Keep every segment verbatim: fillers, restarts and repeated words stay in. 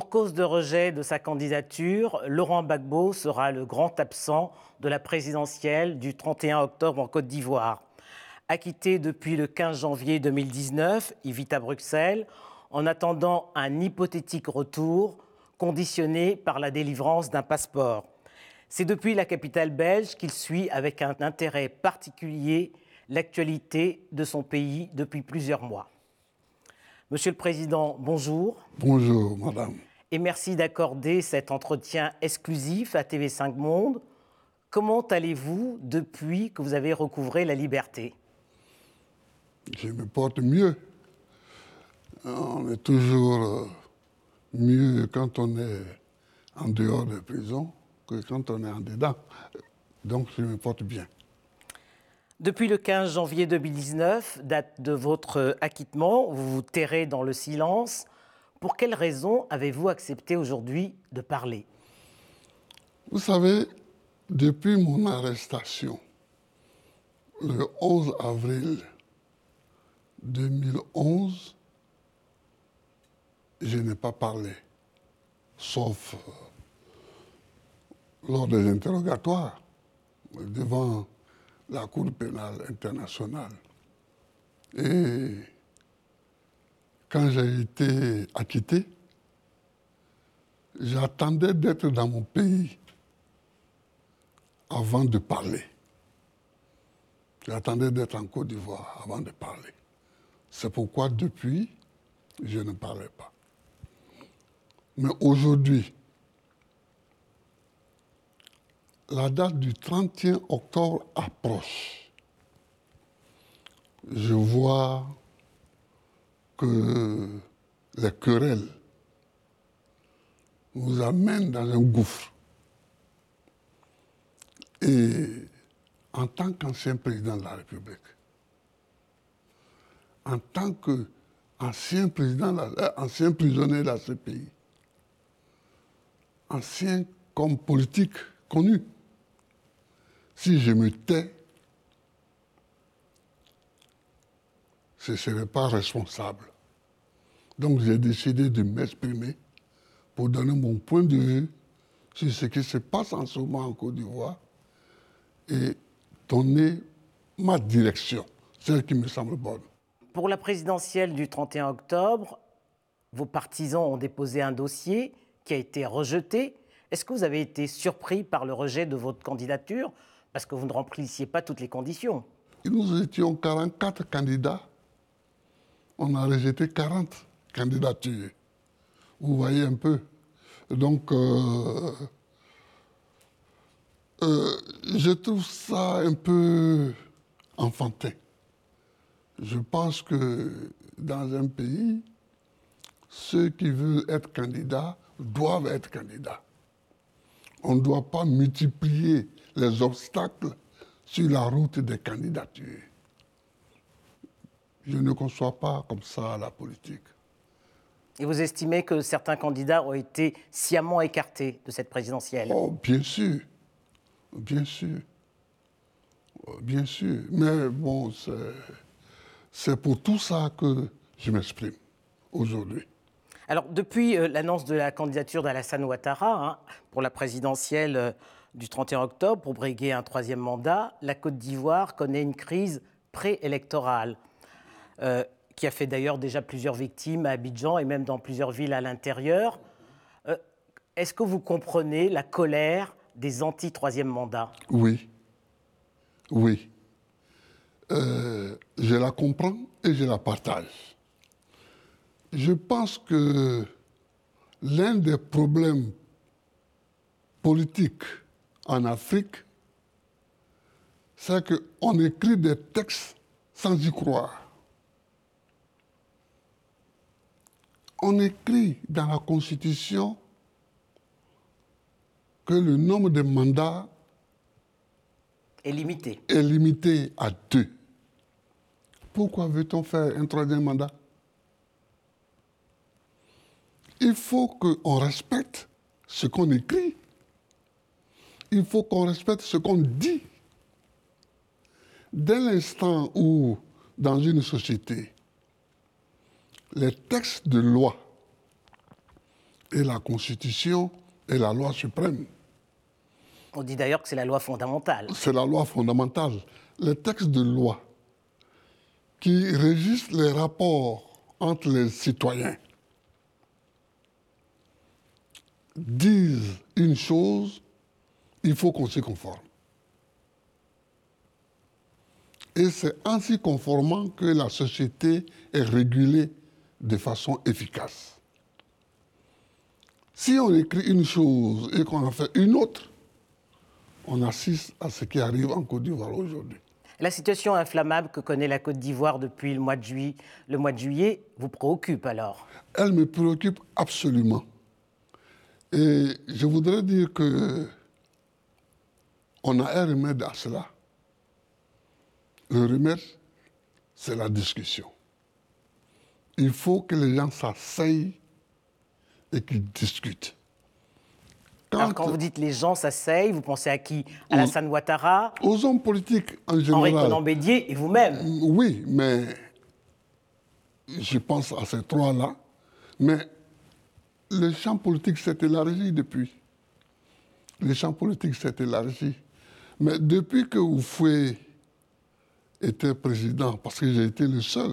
Pour cause de rejet de sa candidature, Laurent Gbagbo sera le grand absent de la présidentielle du trente et un octobre en Côte d'Ivoire. Acquitté depuis le quinze janvier deux mille dix-neuf, il vit à Bruxelles en attendant un hypothétique retour conditionné par la délivrance d'un passeport. C'est depuis la capitale belge qu'il suit avec un intérêt particulier l'actualité de son pays depuis plusieurs mois. Monsieur le Président, bonjour. Bonjour, madame. Et merci d'accorder cet entretien exclusif à T V cinq Monde. Comment allez-vous depuis que vous avez recouvré la liberté? Je me porte mieux. On est toujours mieux quand on est en dehors de prison que quand on est en dedans. Donc je me porte bien. Depuis le quinze janvier deux mille dix-neuf, date de votre acquittement, vous vous terrez dans le silence. Pour quelles raisons avez-vous accepté aujourd'hui de parler? Vous savez, depuis mon arrestation, le onze avril deux mille onze, je n'ai pas parlé, sauf lors des interrogatoires devant la Cour pénale internationale. Et quand j'ai été acquitté, j'attendais d'être dans mon pays avant de parler. J'attendais d'être en Côte d'Ivoire avant de parler. C'est pourquoi, depuis, je ne parlais pas. Mais aujourd'hui, la date du trente et un octobre approche. Je vois que les querelles nous amènent dans un gouffre. Et en tant qu'ancien président de la République, en tant qu'ancien président, euh, ancien prisonnier de la C P I, ancien comme politique connu, si je me tais, je ne serai pas responsable. Donc j'ai décidé de m'exprimer pour donner mon point de vue sur ce qui se passe en ce moment en Côte d'Ivoire et donner ma direction, celle qui me semble bonne. Pour la présidentielle du trente et un octobre, vos partisans ont déposé un dossier qui a été rejeté. Est-ce que vous avez été surpris par le rejet de votre candidature parce que vous ne remplissiez pas toutes les conditions? Nous étions quarante-quatre candidats. On a rejeté quarante candidatures. Vous voyez un peu. Donc, euh, euh, je trouve ça un peu enfantin. Je pense que dans un pays, ceux qui veulent être candidats doivent être candidats. On ne doit pas multiplier les obstacles sur la route des candidatures. Je ne conçois pas comme ça la politique. Et vous estimez que certains candidats ont été sciemment écartés de cette présidentielle? Oh, bien sûr, bien sûr, bien sûr. Mais bon, c'est pour tout ça que je m'exprime aujourd'hui. Alors, depuis euh, l'annonce de la candidature d'Alassane Ouattara hein, pour la présidentielle euh, du trente et un octobre, pour briguer un troisième mandat, la Côte d'Ivoire connaît une crise préélectorale, euh, qui a fait d'ailleurs déjà plusieurs victimes à Abidjan et même dans plusieurs villes à l'intérieur. Euh, Est-ce que vous comprenez la colère des anti-troisième mandat? Oui, oui. Euh, je la comprends et je la partage. Je pense que l'un des problèmes politiques en Afrique, c'est qu'on écrit des textes sans y croire. On écrit dans la Constitution que le nombre de mandats est limité. est limité à deux. Pourquoi veut-on faire un troisième mandat? Il faut qu'on respecte ce qu'on écrit. Il faut qu'on respecte ce qu'on dit. Dès l'instant où, dans une société, les textes de loi Et la Constitution est la loi suprême. On dit d'ailleurs que c'est la loi fondamentale. C'est la loi fondamentale. Les textes de loi qui régissent les rapports entre les citoyens disent une chose, il faut qu'on s'y conforme. Et c'est en s'y conformant que la société est régulée de façon efficace. Si on écrit une chose et qu'on en fait une autre, on assiste à ce qui arrive en Côte d'Ivoire aujourd'hui. La situation inflammable que connaît la Côte d'Ivoire depuis le mois de juillet, le mois de juillet vous préoccupe alors? Elle me préoccupe absolument. Et je voudrais dire que on a un remède à cela. Le remède, c'est la discussion. Il faut que les gens s'asseyent et qu'ils discutent. Quand, Alors quand vous dites les gens s'asseyent, vous pensez à qui? Alassane Ouattara? Aux hommes politiques en général. Henri Konan Bédié et vous-même? Oui, mais je pense à ces trois-là. Mais le champ politique s'est élargi depuis. Le champ politique s'est élargi. Mais depuis que Oufoué était président, parce que j'ai été le seul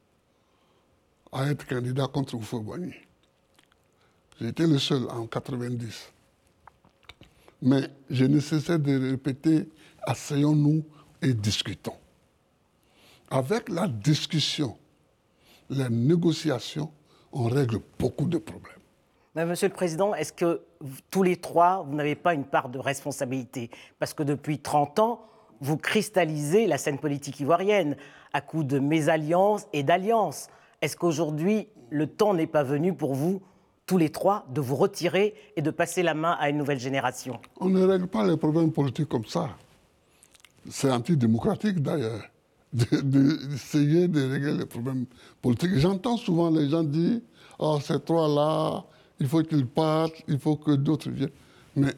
à être candidat contre Houphouët-Boigny. J'ai été le seul en quatre-vingt-dix. Mais je ne cessais de répéter, asseyons-nous et discutons. Avec la discussion, la négociation, on règle beaucoup de problèmes. Mais Monsieur le Président, est-ce que tous les trois, vous n'avez pas une part de responsabilité? Parce que depuis trente ans, vous cristallisez la scène politique ivoirienne à coup de mésalliances et d'alliances. Est-ce qu'aujourd'hui, le temps n'est pas venu pour vous, tous les trois, de vous retirer et de passer la main à une nouvelle génération? On ne règle pas les problèmes politiques comme ça. C'est antidémocratique d'ailleurs, d'essayer de, de régler les problèmes politiques. J'entends souvent les gens dire « Oh, ces trois-là, il faut qu'ils partent, il faut que d'autres viennent. » Mais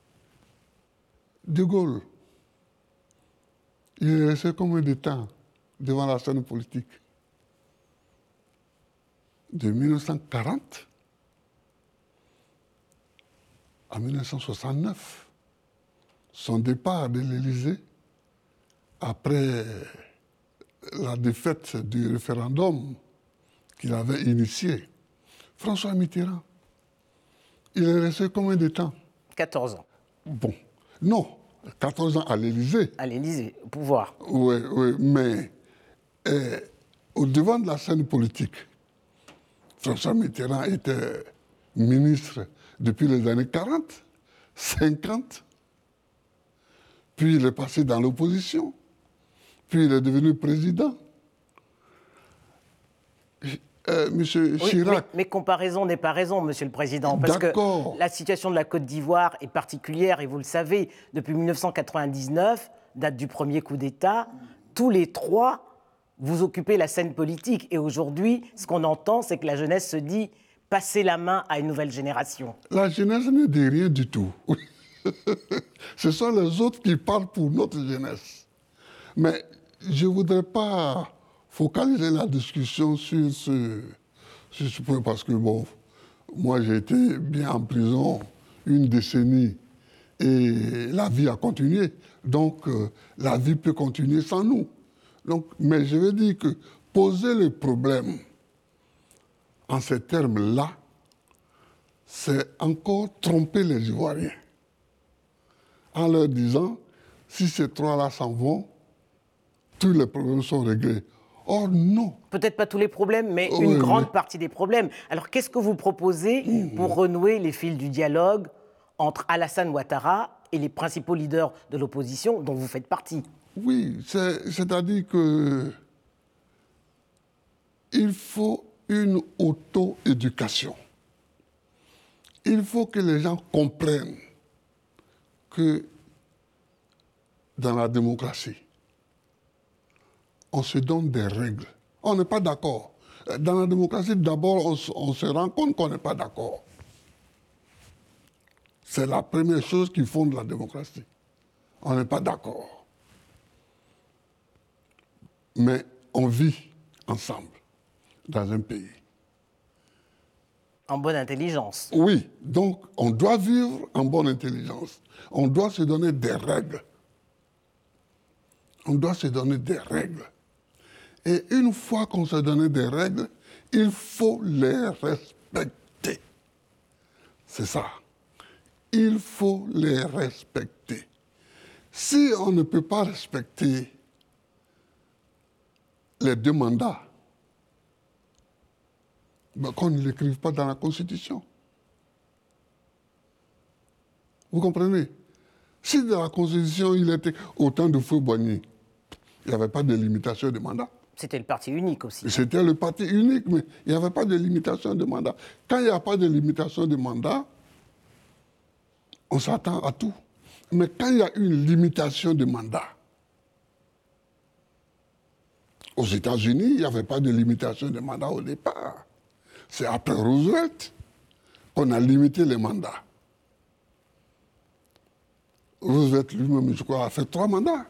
De Gaulle, il est resté combien de temps devant la scène politique? De mille neuf cent quarante à mille neuf cent soixante-neuf. Son départ de l'Élysée, après la défaite du référendum qu'il avait initié, François Mitterrand, il est resté combien de temps? quatorze ans. Bon, non, quatorze ans à l'Élysée. À l'Élysée, au pouvoir. Oui, oui, mais euh, au devant de la scène politique, François Mitterrand était ministre depuis les années quarante, cinquante, puis il est passé dans l'opposition, puis il est devenu président. Euh, Monsieur oui, Chirac... Mais, mais comparaison n'est pas raison, Monsieur le Président, parce que la situation de la Côte d'Ivoire est particulière, et vous le savez, depuis mille neuf cent quatre-vingt-dix-neuf, date du premier coup d'État, tous les trois, vous occupez la scène politique. Et aujourd'hui, ce qu'on entend, c'est que la jeunesse se dit « passer la main à une nouvelle génération ». La jeunesse ne dit rien du tout. Ce sont les autres qui parlent pour notre jeunesse. Mais je ne voudrais pas focaliser la discussion sur ce, sur ce point parce que, bon, moi j'ai été bien en prison une décennie et la vie a continué. Donc, euh, la vie peut continuer sans nous. Donc, mais je veux dire que poser le problème en ces termes-là, c'est encore tromper les Ivoiriens en leur disant, si ces trois-là s'en vont, tous les problèmes sont réglés. Or, non. Peut-être pas tous les problèmes, mais oh, une oui, grande oui. partie des problèmes. Alors, qu'est-ce que vous proposez mmh. pour renouer les fils du dialogue entre Alassane Ouattara et les principaux leaders de l'opposition dont vous faites partie? Oui, c'est-à-dire que il faut une auto-éducation. Il faut que les gens comprennent que dans la démocratie, on se donne des règles. On n'est pas d'accord. Dans la démocratie, d'abord, on, on se rend compte qu'on n'est pas d'accord. C'est la première chose qui fonde la démocratie. On n'est pas d'accord. Mais on vit ensemble dans un pays. En bonne intelligence. Oui, donc on doit vivre en bonne intelligence. On doit se donner des règles. On doit se donner des règles. Et une fois qu'on se donne des règles, il faut les respecter. C'est ça. Il faut les respecter. Si on ne peut pas respecter les deux mandats, ben qu'on ne l'écrive pas dans la Constitution. Vous comprenez? Si dans la Constitution, il était au temps de Feu-Boigny, il n'y avait pas de limitation de mandat. C'était le parti unique aussi. C'était le parti unique, mais il n'y avait pas de limitation de mandat. Quand il n'y a pas de limitation de mandat, on s'attend à tout. Mais quand il y a une limitation de mandat, aux États-Unis, il n'y avait pas de limitation de mandat au départ. C'est après Roosevelt qu'on a limité les mandats. Roosevelt lui-même, je crois, a fait trois mandats.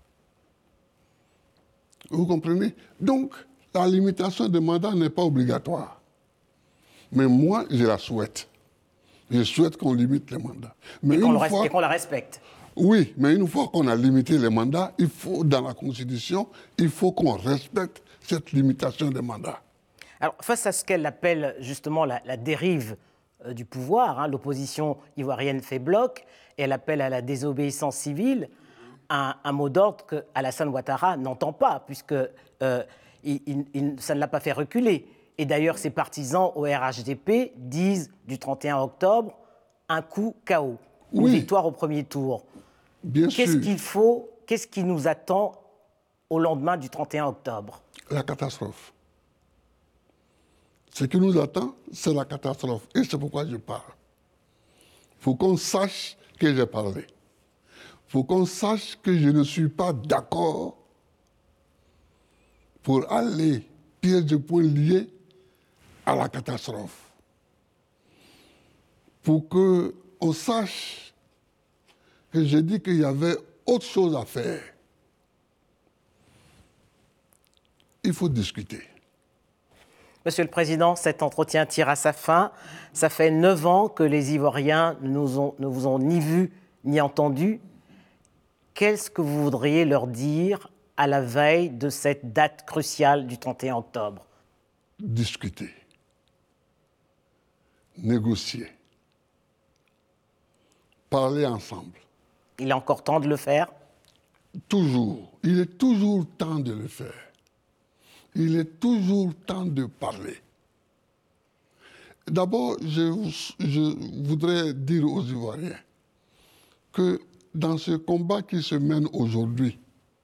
Vous comprenez? Donc, la limitation de mandat n'est pas obligatoire. Mais moi, je la souhaite. Je souhaite qu'on limite les mandats. Mais et qu'on fois... qu la respecte. Oui, mais une fois qu'on a limité les mandats, il faut, dans la Constitution, il faut qu'on respecte cette limitation des mandats. Alors, face à ce qu'elle appelle justement la, la dérive euh, du pouvoir, hein, l'opposition ivoirienne fait bloc, et elle appelle à la désobéissance civile, un, un mot d'ordre que Alassane Ouattara n'entend pas, puisque euh, il, il, il, ça ne l'a pas fait reculer. Et d'ailleurs, ses partisans au R H D P disent du trente et un octobre, un coup K O, une oui. victoire au premier tour. Bien qu'est-ce sûr. qu'il faut, qu'est-ce qui nous attend au lendemain du trente et un octobre? La catastrophe. Ce qui nous attend, c'est la catastrophe. Et c'est pourquoi je parle. Il faut qu'on sache que j'ai parlé. Il faut qu'on sache que je ne suis pas d'accord pour aller pièce de point lié à la catastrophe. Pour qu'on sache que j'ai dit qu'il y avait autre chose à faire. Il faut discuter. Monsieur le Président, cet entretien tire à sa fin. Ça fait neuf ans que les Ivoiriens ne, nous ont, ne vous ont ni vu ni entendu. Qu'est-ce que vous voudriez leur dire à la veille de cette date cruciale du trente et un octobre? Discuter. Négocier. Parler ensemble. Il est encore temps de le faire? Toujours. Il est toujours temps de le faire. Il est toujours temps de parler. D'abord, je, je voudrais dire aux Ivoiriens que dans ce combat qui se mène aujourd'hui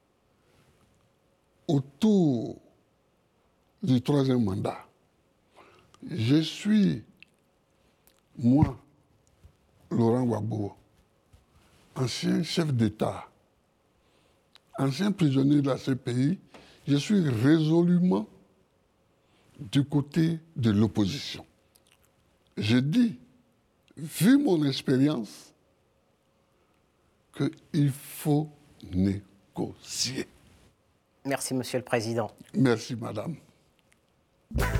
autour du troisième mandat, je suis, moi, Laurent Gbagbo, ancien chef d'État, ancien prisonnier de la C P I, je suis résolument du côté de l'opposition. Je dis, vu mon expérience, qu'il faut négocier. Merci, Monsieur le Président. Merci, Madame.